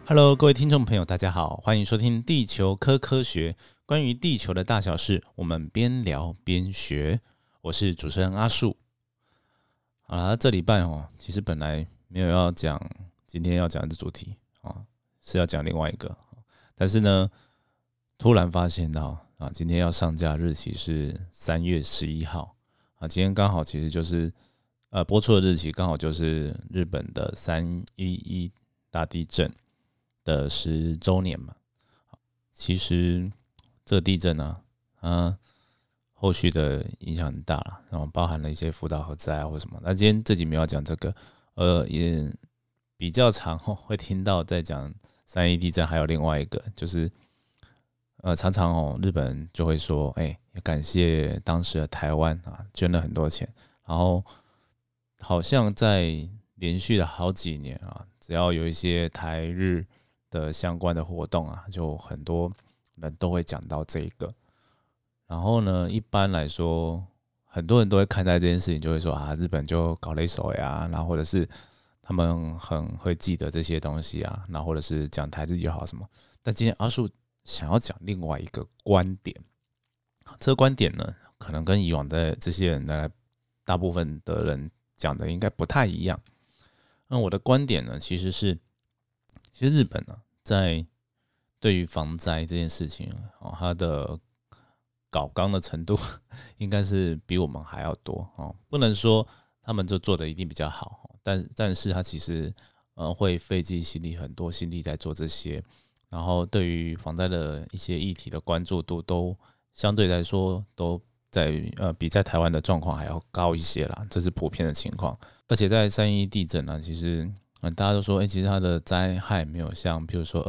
Hello，各位听众朋友，大家好，欢迎收听地球科学，关于地球的大小事，我们边聊边学。我是主持人阿树。好啦，这礼拜其实本来没有要讲今天要讲的主题是要讲另外一个，但是呢，突然发现到今天要上架日期是3月11号今天刚好其实就是播出的日期刚好就是日本的311大地震的10周年嘛。其实这个地震后续的影响很大啦，然后包含了一些福岛核灾或什么。那今天这集没有讲这个，也比较常会听到在讲311地震，还有另外一个就是常常日本人就会说，要感谢当时的台湾捐了很多钱，然后好像在连续的好几年只要有一些台日的相关的活动就很多人都会讲到这个。然后呢，一般来说，很多人都会看待这件事情，就会说日本就搞了一手然后或者是他们很会记得这些东西然后或者是讲台日友好什么。但今天阿树想要讲另外一个观点，这个观点呢，可能跟以往的这些人的大部分的人讲的应该不太一样。那我的观点呢，其实日本在对于防灾这件事情它的搞纲的程度应该是比我们还要多不能说他们就做的一定比较好，但是他其实会费尽心力很多心力在做这些，然后对于防灾的一些议题的关注度都相对来说都比在台湾的状况还要高一些啦，这是普遍的情况。而且在311地震其实大家都说其实它的灾害没有像比如说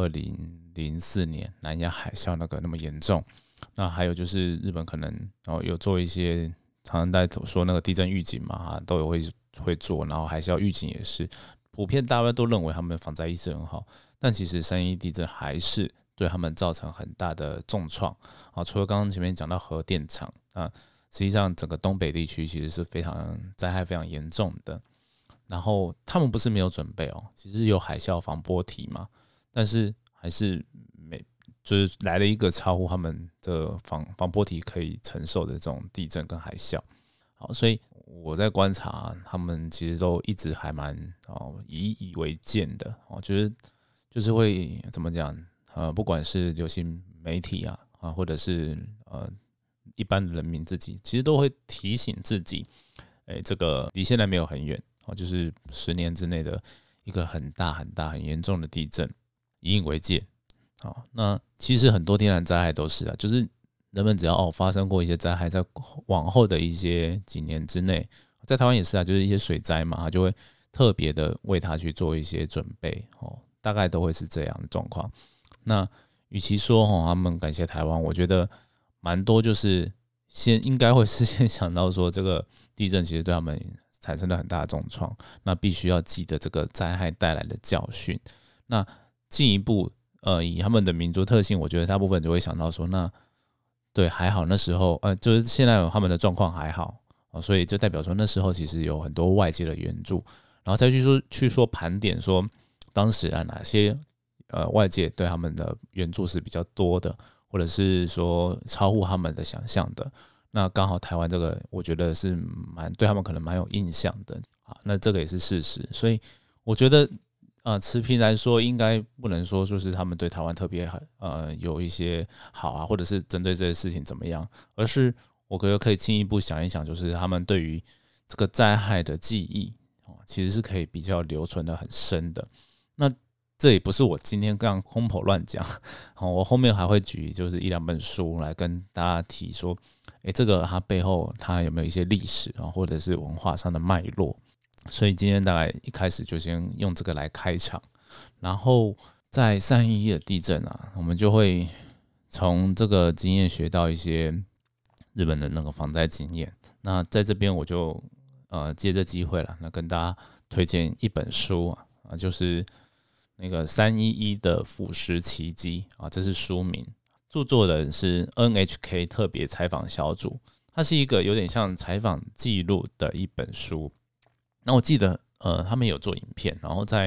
2004年南亚海啸那个那么严重。那还有就是日本可能有做一些常常在说那个地震预警嘛都有会做，然后海啸预警也是普遍大家都认为他们的防灾意识很好，但其实311地震还是对他们造成很大的重创除了刚刚前面讲到核电厂实际上整个东北地区其实是灾害非常严重的。然后他们不是没有准备其实有海啸防波堤嘛，但是还是就是来了一个超乎他们的防波堤可以承受的这种地震跟海啸。好，所以我在观察他们其实都一直还蛮以以为鉴的就是会怎么讲不管是流行媒体或者是一般人民自己，其实都会提醒自己这个离现在没有很远就是10年之内的一个很大很大很严重的地震，以以为戒。那其实很多天然灾害都是就是人们只要发生过一些灾害，在往后的一些几年之内，在台湾也是就是一些水灾嘛，就会特别的为它去做一些准备大概都会是这样的状况。那与其说他们感谢台湾，我觉得蛮多就是应该会是先想到说这个地震其实对他们产生了很大的重创，那必须要记得这个灾害带来的教训。那进一步以他们的民族特性，我觉得大部分就会想到说，那对还好那时候就是现在有他们的状况还好所以就代表说那时候其实有很多外界的援助，然后再去说盘点说当时哪些外界对他们的援助是比较多的，或者是说超乎他们的想象的。那刚好台湾这个我觉得是对他们可能蛮有印象的那这个也是事实。所以我觉得持平来说，应该不能说就是他们对台湾特别有一些好或者是针对这些事情怎么样，而是我觉得可以进一步想一想，就是他们对于这个灾害的记忆其实是可以比较留存的很深的。那这也不是我今天这样空口乱讲我后面还会举就是1-2本书来跟大家提说这个它背后它有没有一些历史或者是文化上的脉络。所以今天大概一开始就先用这个来开场，然后在311的地震我们就会从这个经验学到一些日本的那个防灾经验。那在这边我就借这机会了，那跟大家推荐一本书就是那个311的腐蚀奇迹这是书名，著作人是 NHK 特别采访小组，它是一个有点像采访记录的一本书。那我记得他们有做影片，然后在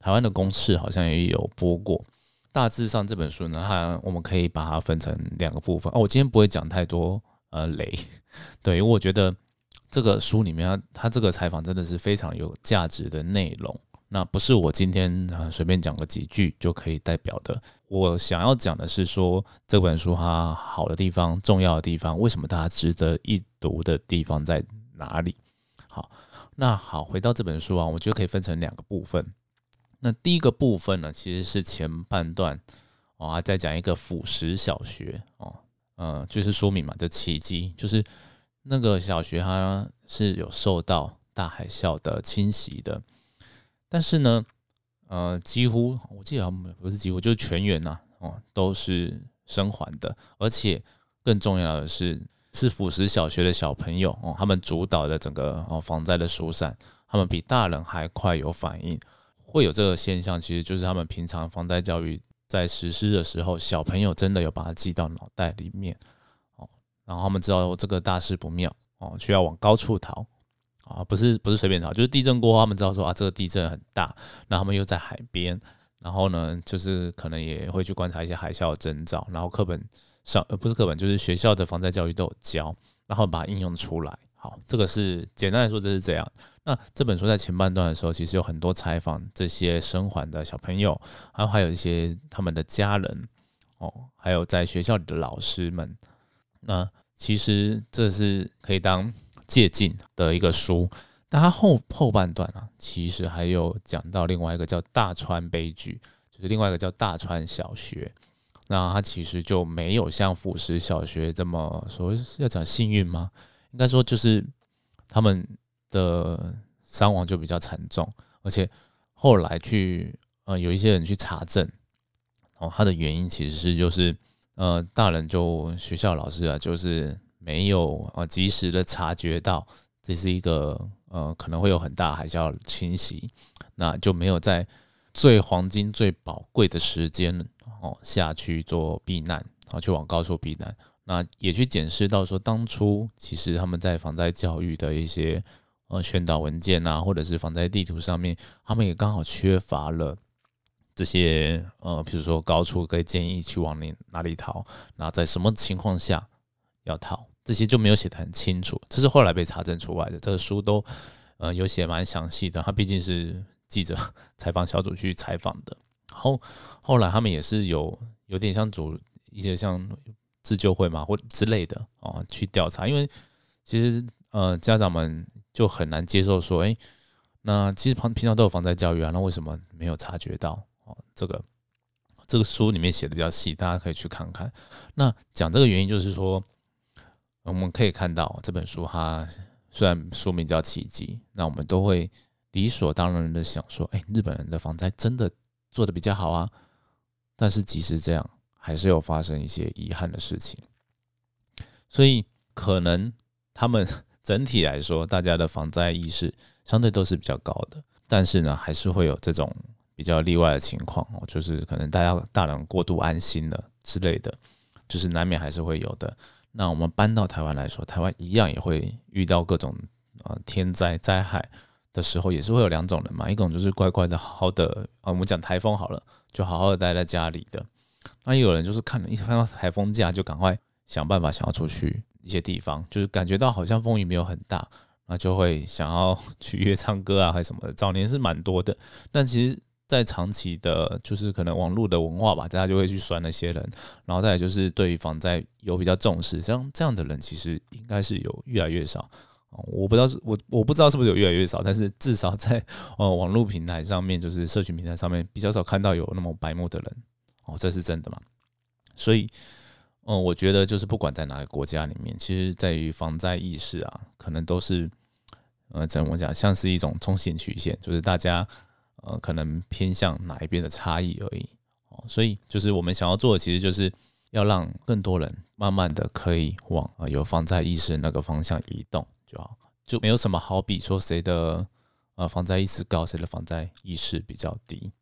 台湾的公视好像也有播过。大致上这本书呢，我们可以把它分成2个部分。我今天不会讲太多雷，对，因为我觉得这个书里面它这个采访真的是非常有价值的内容。那不是我今天随便讲个几句就可以代表的。我想要讲的是说，这本书它好的地方、重要的地方，为什么它值得一读的地方在哪里？好，回到这本书我觉得可以分成2个部分。那第一个部分呢，其实是前半段再讲一个辅食小学就是说明嘛的奇迹，就是那个小学它是有受到大海啸的侵袭的。但是呢，几乎我记得不是几乎，就是全员都是生还的，而且更重要的是辅食小学的小朋友他们主导的整个防灾的疏散，他们比大人还快有反应。会有这个现象，其实就是他们平常防灾教育在实施的时候，小朋友真的有把它记到脑袋里面然后他们知道这个大事不妙需要往高处逃。不是随便逃，就是地震过后，他们知道说这个地震很大，那他们又在海边，然后呢，就是可能也会去观察一些海啸的征兆，然后课本上不是课本，就是学校的防灾教育都有教，然后把它应用出来。好，这个是简单来说，这是这样。那这本书在前半段的时候，其实有很多采访这些生还的小朋友，还有一些他们的家人还有在学校里的老师们。那其实这是可以当借鉴的一个书，但它后半段其实还有讲到另外一个叫大川悲剧，就是另外一个叫大川小学。那它其实就没有像辅食小学这么所谓要讲幸运吗？应该说就是他们的伤亡就比较惨重，而且后来有一些人去查证它的原因其实是就是大人学校老师就是没有及时的察觉到这是一个可能会有很大海啸侵袭，那就没有在最黄金最宝贵的时间下去做避难，去往高处避难。那也去检视到说，当初其实他们在防灾教育的一些宣导文件或者是防灾地图上面，他们也刚好缺乏了这些比如说高处可以建议去往哪里逃，然后在什么情况下要逃，这些就没有写得很清楚。这是后来被查证出来的，这个书都有写蛮详细的，他毕竟是记者采访小组去采访的。后来他们也是有点像组一些像自救会嘛或之类的去调查，因为其实家长们就很难接受说，那其实平常都有防灾教育那为什么没有察觉到这个书里面写的比较细，大家可以去看看。那讲这个原因就是说，我们可以看到这本书它虽然书名叫奇迹，那我们都会理所当然的想说，日本人的防灾真的做得比较好但是即使这样，还是有发生一些遗憾的事情。所以可能他们整体来说，大家的防灾意识相对都是比较高的，但是呢，还是会有这种比较例外的情况就是可能大人过度安心了之类的，就是难免还是会有的。那我们搬到台湾来说，台湾一样也会遇到各种天灾灾害的时候，也是会有2种人嘛，一种就是乖乖的好好的我们讲台风好了，就好好的待在家里的。那也有人就是看到台风假就赶快想办法想要出去一些地方，就是感觉到好像风雨没有很大，那就会想要去约唱歌还是什么的。早年是蛮多的，但其实在长期的就是可能网络的文化吧，大家就会去酸那些人，然后再来就是对于防灾有比较重视，像这样的人其实应该是有越来越少。我不知道是不是有越来越少，但是至少在网络平台上面，就是社群平台上面比较少看到有那么白目的人这是真的嘛？所以我觉得就是不管在哪个国家里面，其实在于防灾意识可能都是怎么讲，像是一种中线曲线，就是大家可能偏向哪一边的差异而已所以就是我们想要做的，其实就是要让更多人慢慢的可以往有防灾意识的那个方向移动就好，就没有什么好比说谁的防灾意识高，谁的防灾意识比较低。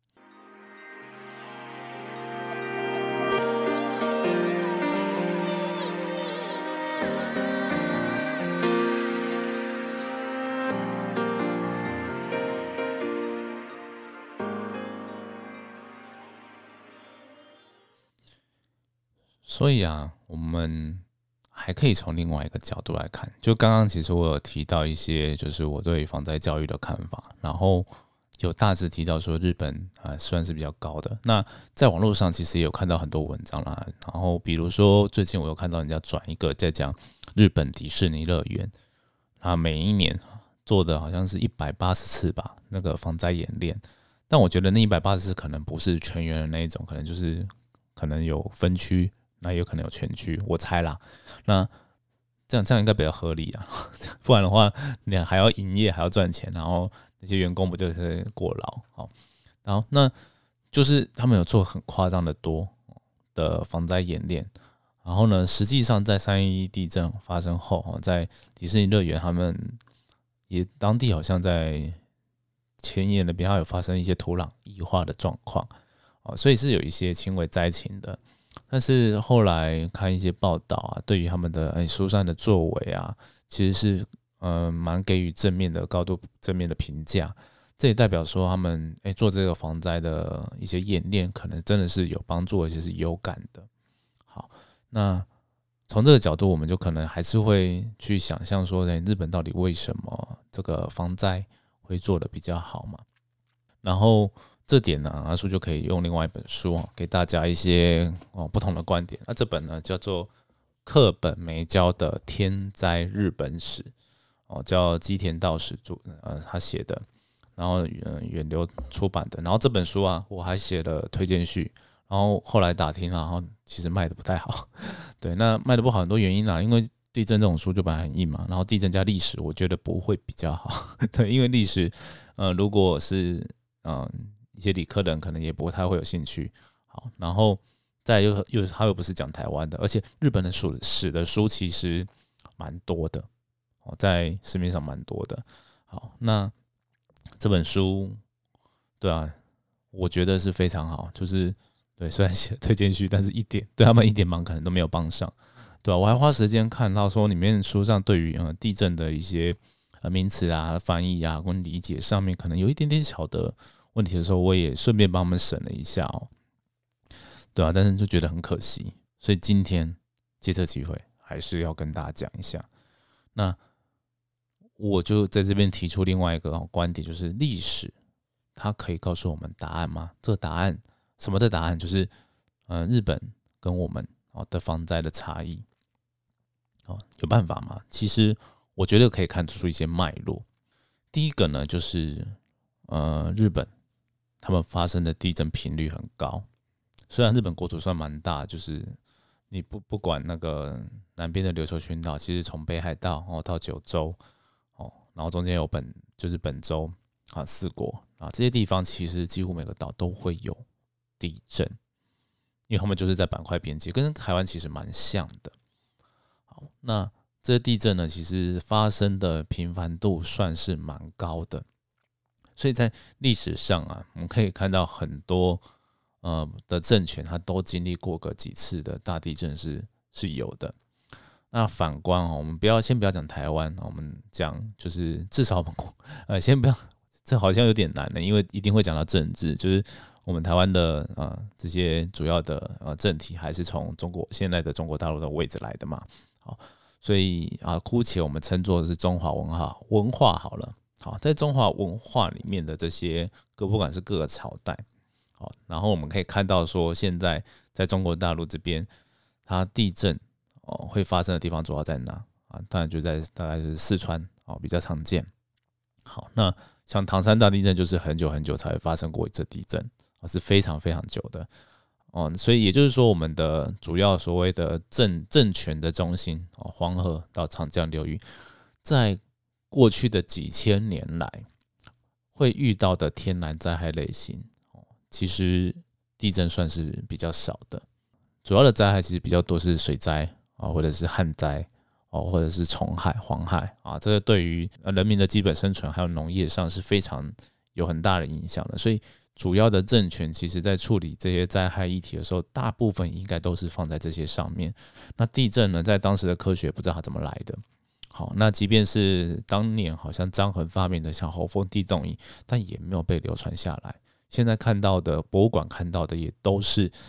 所以啊，我们还可以从另外一个角度来看，就刚刚其实我有提到一些就是我对防灾教育的看法，然后有大致提到说日本算是比较高的。那在网络上其实也有看到很多文章啦，然后比如说最近我有看到人家转一个在讲日本迪士尼乐园，每一年做的好像是180次吧，那个防灾演练。但我觉得那180次可能不是全员的那一种，可能有分区，那也有可能有全区，我猜啦。那这样应该比较合理啊，不然的话你还要营业还要赚钱，然后那些员工不就是过劳？好，然后那就是他们有做很夸张的多的防灾演练，然后呢，实际上在311地震发生后，在迪士尼乐园他们也当地好像在前野那边还有发生一些土壤异化的状况，所以是有一些轻微灾情的。但是后来看一些报道啊，对于他们的疏散的作为啊，其实是蛮给予高度正面的评价。这也代表说他们做这个防灾的一些演练，可能真的是有帮助，而且是有感的。好，那从这个角度，我们就可能还是会去想象说，日本到底为什么这个防灾会做得比较好嘛？然后这点呢，阿叔就可以用另外一本书给大家一些不同的观点。那这本呢叫做课本没教的天灾日本史，叫基田道史他写的，然后远流出版的。然后这本书啊，我还写了推荐序，然后后来打听，然后其实卖的不太好。对，那卖的不好很多原因因为地震这种书就本来很硬嘛，然后地震加历史，我觉得不会比较好。对，因为历史如果是一些理科人可能也不太会有兴趣。好，然后再来他又不是讲台湾的，而且日本的史的书其实蛮多的，在市面上蛮多的。好，那这本书，对啊，我觉得是非常好，就是对，虽然写推荐序，但是对他们一点忙可能都没有帮上。对啊，我还花时间看到说里面书上对于地震的一些名词啊、翻译啊跟理解上面可能有一点点小的问题的时候，我也顺便帮他们审了一下对啊，但是就觉得很可惜，所以今天借这机会还是要跟大家讲一下。那我就在这边提出另外一个观点，就是历史它可以告诉我们答案吗？这个答案什么的答案就是日本跟我们的防灾的差异有办法吗？其实我觉得可以看出一些脉络。第一个呢，就是日本他们发生的地震频率很高，虽然日本国土算蛮大，就是你不管那个南边的琉球群岛，其实从北海道到九州然后中间有本州四国这些地方其实几乎每个岛都会有地震，因为他们就是在板块边界，跟台湾其实蛮像的。好，那这些地震呢，其实发生的频繁度算是蛮高的，所以在历史上我们可以看到很多的政权，它都经历过个几次的大地震是有的。那反观我们先不要讲台湾，我们讲就是至少我们先不要，这好像有点难因为一定会讲到政治，就是我们台湾的这些主要的政体还是从现在的中国大陆的位置来的嘛。好，所以姑且我们称作是中华文化好了。好，在中华文化里面的这些不管是各个朝代，好，然后我们可以看到说，现在在中国大陆这边，它地震会发生的地方主要在哪当然就在大概是四川比较常见。好，那像唐山大地震就是很久很久才会发生过一次地震是非常非常久的所以也就是说，我们的主要所谓的政权的中心黄河到长江流域，在过去的几千年来会遇到的天然灾害类型其实地震算是比较少的，主要的灾害其实比较多是水灾或者是旱灾或者是虫害、蝗害这个对于人民的基本生存还有农业上是非常有很大的影响的。所以主要的政权其实在处理这些灾害议题的时候，大部分应该都是放在这些上面。那地震呢，在当时的科学不知道它怎么来的。好，那即便是当年好像张衡发明的像侯封地动仪，但也没有被流传下来。现在看到的博物馆看到的也都是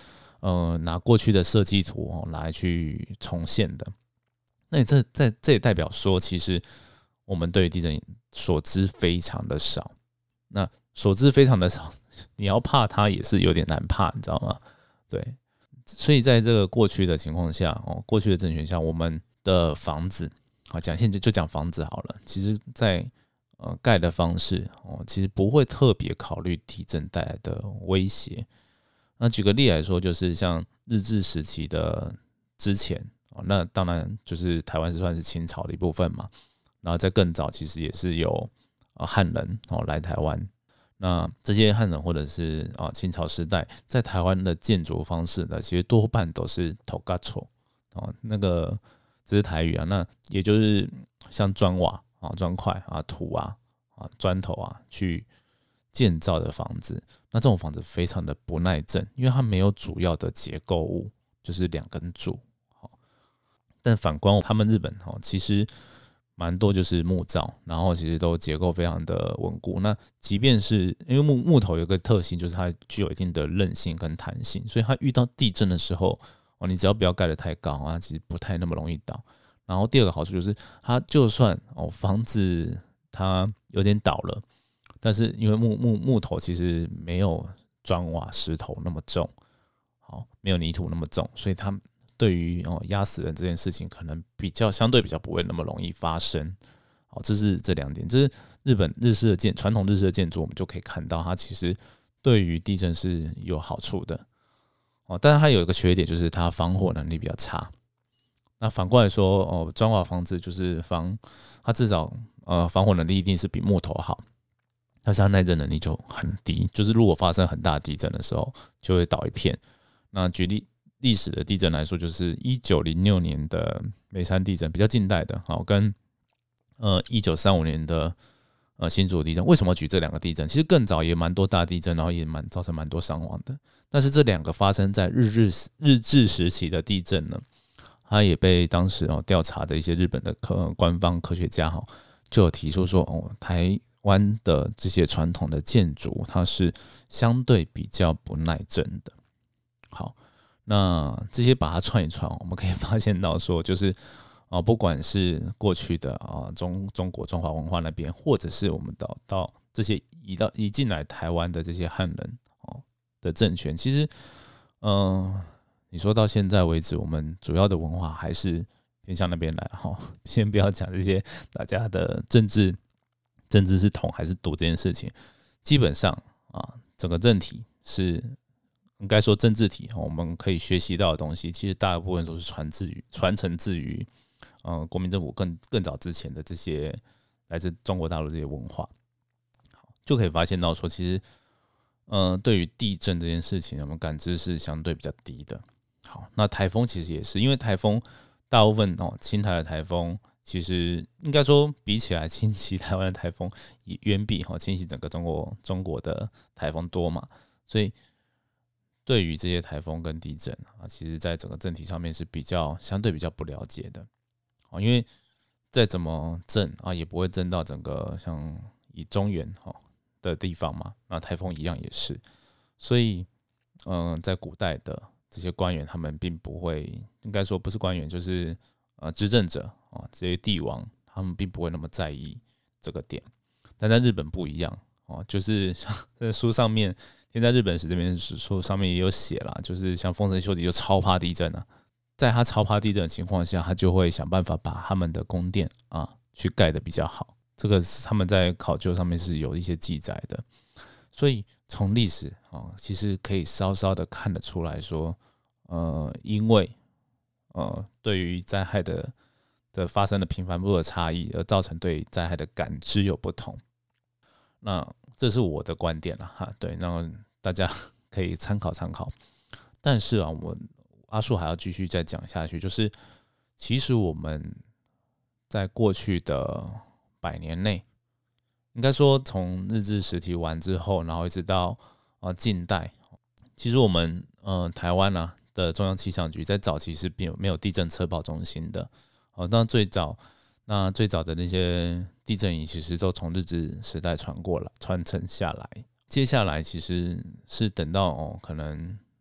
拿过去的设计图来去重现的。那这也代表说，其实我们对于地震所知非常的少。那所知非常的少，你要怕它也是有点难怕，你知道吗？对，所以在这个过去的情况下，过去的政权下，我们的房子，现在就讲房子好了。其实在，盖的方式，其实不会特别考虑地震带来的威胁。那举个例来说，就是像日治时期的之前，那当然就是台湾是算是清朝的一部分嘛。然后在更早，其实也是有汉人来台湾。那这些汉人或者是清朝时代在台湾的建筑方式呢，其实多半都是土埆厝那个这是台语啊，那也就是像砖瓦砖块土砖头去建造的房子。那这种房子非常的不耐震，因为它没有主要的结构物，就是2根柱。但反观他们日本其实蛮多就是木造，然后其实都结构非常的稳固。那即便是因为木头有个特性，就是它具有一定的韧性跟弹性，所以它遇到地震的时候，你只要不要盖得太高它其实不太那么容易倒。然后第二个好处就是，它就算房子它有点倒了，但是因为木头其实没有砖瓦石头那么重，没有泥土那么重，所以它对于压死人这件事情，可能相对比较不会那么容易发生。这是这2点，这是传统日式的建筑，我们就可以看到它其实对于地震是有好处的。但是它有一个缺点，就是它防火能力比较差。那反过来说，砖瓦房子就是它至少防火能力一定是比木头好，但是它耐震能力就很低，就是如果发生很大的地震的时候，就会倒一片。那举历史的地震来说，就是1906年的梅山地震，比较近代的，跟1935年的新竹地震。为什么举这2个地震？其实更早也蛮多大地震，然后也造成蛮多伤亡的。但是这2个发生在日治时期的地震呢，它也被当时调查的一些日本的官方科学家就有提出说，台湾的这些传统的建筑，它是相对比较不耐震的。好，那这些把它串一串，我们可以发现到说，就是不管是过去的中国中华文化那边，或者是我们到这些移进来台湾的这些汉人的政权，其实你说到现在为止，我们主要的文化还是偏向那边来。先不要讲这些大家的政治是统还是独这件事情，基本上整个政体是。应该说政治体，我们可以学习到的东西，其实大部分都是传承自于国民政府更早之前的这些来自中国大陆这些文化，就可以发现到说，其实对于地震这件事情，我们感知是相对比较低的。好，那台风其实也是，因为台风大部分侵台的台风，其实应该说比起来侵袭台湾的台风，远比侵袭整个中国的台风多嘛，所以。对于这些台风跟地震其实在整个政体上面是相对比较不了解的。因为再怎么震也不会震到整个像以中原的地方嘛，那台风一样也是。所以在古代的这些官员，他们并不会，应该说不是官员，就是执政者这些帝王，他们并不会那么在意这个点。但在日本不一样就是像在书上面。现在日本史这边书上面也有写啦，就是像丰臣秀吉就超怕地震在他超怕地震的情况下，他就会想办法把他们的宫殿去盖得比较好。这个他们在考究上面是有一些记载的，所以从历史其实可以稍稍的看得出来说，因为对于灾害的发生的频繁度的差异，而造成对灾害的感知有不同。那这是我的观点啦，对，那大家可以参考参考。但是我阿树还要继续再讲下去，就是其实我们在过去的100年内，应该说从日治时期完之后，然后一直到近代，其实我们台湾的中央气象局在早期是没有地震测报中心的。那最早的那些地震仪其实都从日治时代传承下来，接下来其实是等到可能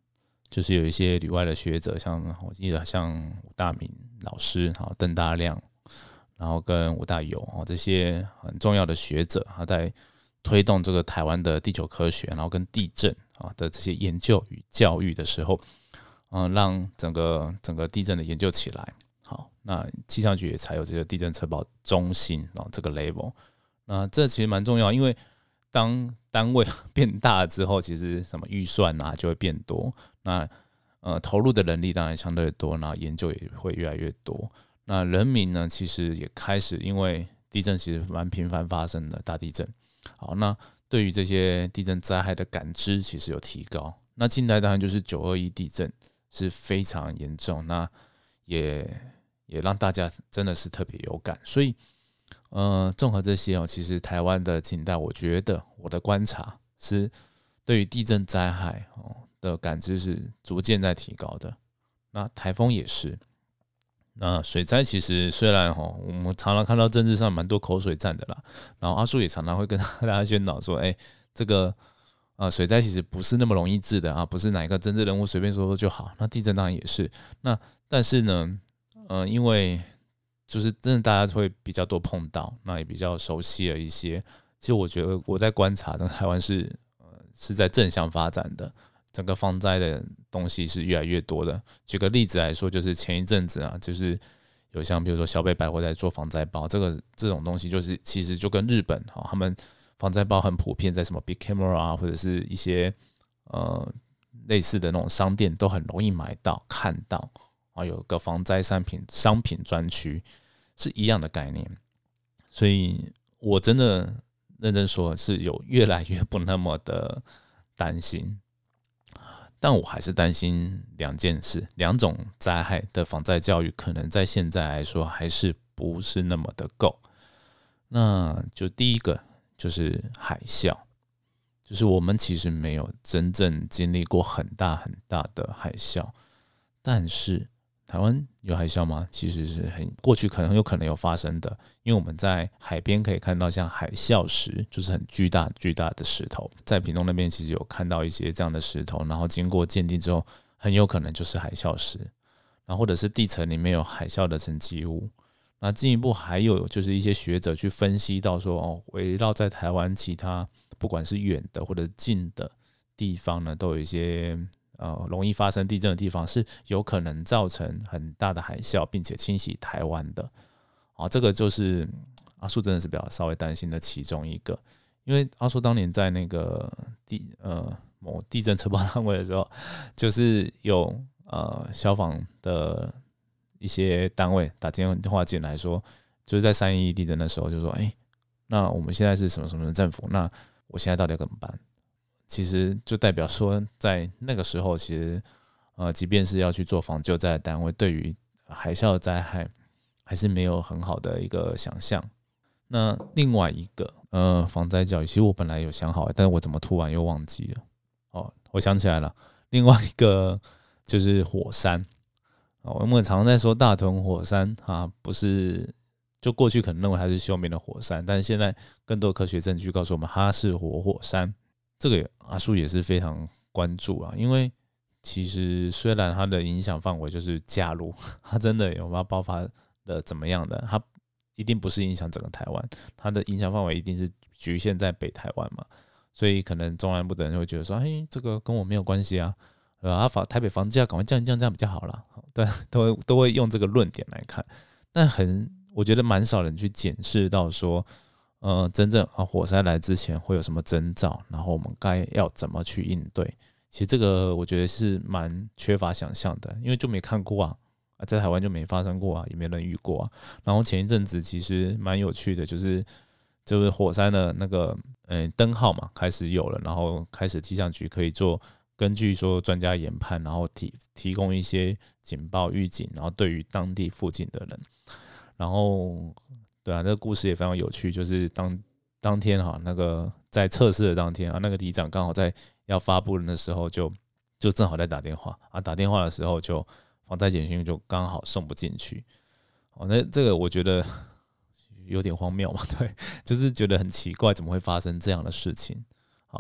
就是有一些旅外的学者，像我记得像吴大明老师、邓大亮，然后跟吴大友这些很重要的学者，他在推动这个台湾的地球科学，然后跟地震的这些研究与教育的时候，让整个地震的研究起来。好，那气象局也才有这个地震测报中心这个 level。那这其实蛮重要，因为当单位变大了之后，其实什么预算就会变多。那投入的人力当然相对多，那研究也会越来越多。那人民呢，其实也开始因为地震其实蛮频繁发生的大地震。好，那对于这些地震灾害的感知其实有提高。那近代当然就是921地震是非常严重，那也让大家真的是特别有感。所以综合这些其实台湾的近代，我觉得我的观察是对于地震灾害的感知是逐渐在提高的。那台风也是。那水灾其实虽然我们常常看到政治上蛮多口水战的啦，然后阿叔也常常会跟大家宣导说，这个水灾其实不是那么容易治的不是哪一个政治人物随便说说就好。那地震当然也是。那但是呢，因为就是真的大家会比较多碰到，那也比较熟悉了一些。其实我觉得我在观察，台湾是在正向发展的。整个防灾的东西是越来越多的。举个例子来说，就是前一阵子就是有像比如说小北百货在做防灾包，这种东西就是其实就跟日本他们防灾包很普遍，在什么 Big Camera 或者是一些类似的那种商店都很容易买到看到有个防灾商品专区，是一样的概念。所以我真的认真说是有越来越不那么的担心。但我还是担心两种灾害的防灾教育可能在现在来说还是不是那么的够。那就第一个就是海啸，就是我们其实没有真正经历过很大很大的海啸。但是台湾有海啸吗？其实是过去很有可能有发生的，因为我们在海边可以看到像海啸石，就是很巨大的石头，在屏东那边其实有看到一些这样的石头，然后经过鉴定之后，很有可能就是海啸石，然后或者是地层里面有海啸的沉积物。那进一步还有就是一些学者去分析到说，围绕在台湾其他不管是远的或者近的地方呢，都有一些容易发生地震的地方是有可能造成很大的海啸，并且侵袭台湾的。这个就是阿叔真的是比较稍微担心的其中一个。因为阿叔当年在那个某地震测报单位的时候，就是有消防的一些单位打电话进来说，就是在311地震的时候就说，那我们现在是什么什么的政府，那我现在到底要怎么办？其实就代表说，在那个时候，其实即便是要去做防救灾的单位，对于海啸的灾害还是没有很好的一个想象。那另外一个防灾教育，其实我本来有想好，但是我怎么突然又忘记了？我想起来了，另外一个就是火山。我们常常在说大屯火山不是，就过去可能认为它是休眠的火山，但是现在更多科学证据告诉我们它是活火山。这个阿叔也是非常关注因为其实虽然它的影响范围就是假如它真的有没有爆发的怎么样的，它一定不是影响整个台湾，它的影响范围一定是局限在北台湾嘛，所以可能中南部的人会觉得说，这个跟我没有关系台北房价赶快降一降，这样比较好啦。对，都会用这个论点来看。但我觉得蛮少人去检视到说，真正火灾来之前会有什么征兆，然后我们该要怎么去应对。其实这个我觉得是蛮缺乏想象的，因为就没看过在台湾就没发生过也没人遇过然后前一阵子其实蛮有趣的，就是火山的那个灯号嘛开始有了，然后开始气象局可以根据说专家研判，然后提供一些警报预警，然后对于当地附近的人，然后对这个故事也非常有趣，就是当天那个在测试的当天那个里长刚好在要发布的时候就正好在打电话打电话的时候就防灾简讯就刚好送不进去那这个我觉得有点荒谬嘛，对，就是觉得很奇怪，怎么会发生这样的事情？好，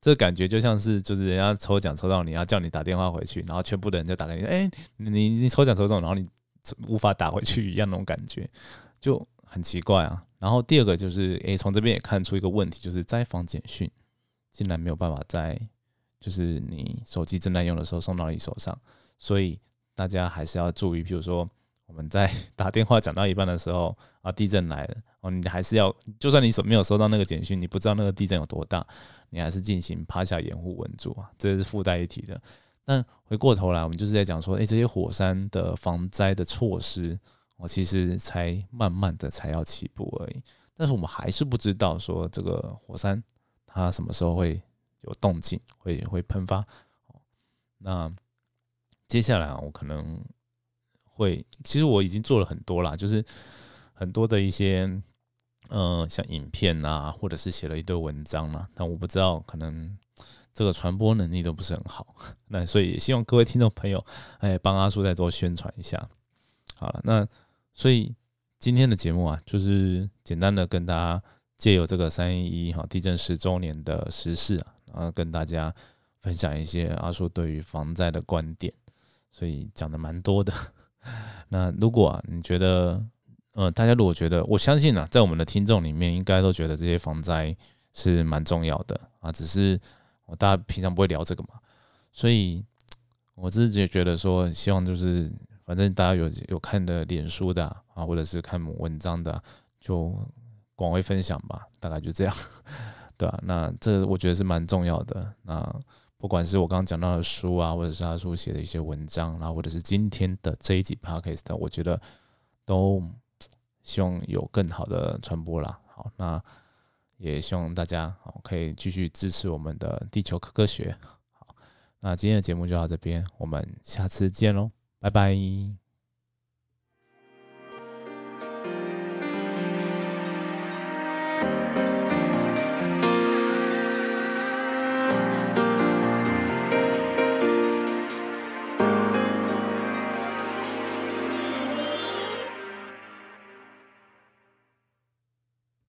这个感觉就像是就是人家抽奖抽到你，要叫你打电话回去，然后全部的人就打给你，你抽奖抽中，然后你无法打回去一样那种感觉，就很奇怪啊。然后第二个就是从这边也看出一个问题，就是灾防简讯竟然没有办法在就是你手机正在用的时候送到你手上，所以大家还是要注意，比如说我们在打电话讲到一半的时候啊，地震来了，你还是要，就算你没有收到那个简讯，你不知道那个地震有多大，你还是进行趴下掩护稳住啊，这是附带一提的。但回过头来，我们就是在讲说，这些火山的防灾的措施，其实才慢慢的才要起步而已。但是我们还是不知道说这个火山它什么时候会有动静，会喷发。那接下来我可能其实我已经做了很多啦，就是很多的一些像影片啊，或者是写了一堆文章啦，但我不知道可能这个传播能力都不是很好，那所以也希望各位听众朋友帮阿叔再多宣传一下。好了，那所以今天的节目啊，就是简单的跟大家借由这个311地震10周年的时事啊，然后跟大家分享一些阿叔对于防灾的观点，所以讲的蛮多的。那如果你觉得大家如果觉得，我相信在我们的听众里面应该都觉得这些防灾是蛮重要的啊，只是大家平常不会聊这个嘛，所以我自己觉得说，希望就是反正大家有看的脸书的啊，或者是看文章的就广为分享吧，大概就这样，对啊，那这我觉得是蛮重要的。那不管是我刚刚讲到的书啊，或者是阿叔写的一些文章，然后或者是今天的这一集 podcast， 我觉得都希望有更好的传播啦。好，那也希望大家可以继续支持我们的地球科学。好，那今天的节目就到这边，我们下次见喽，拜拜。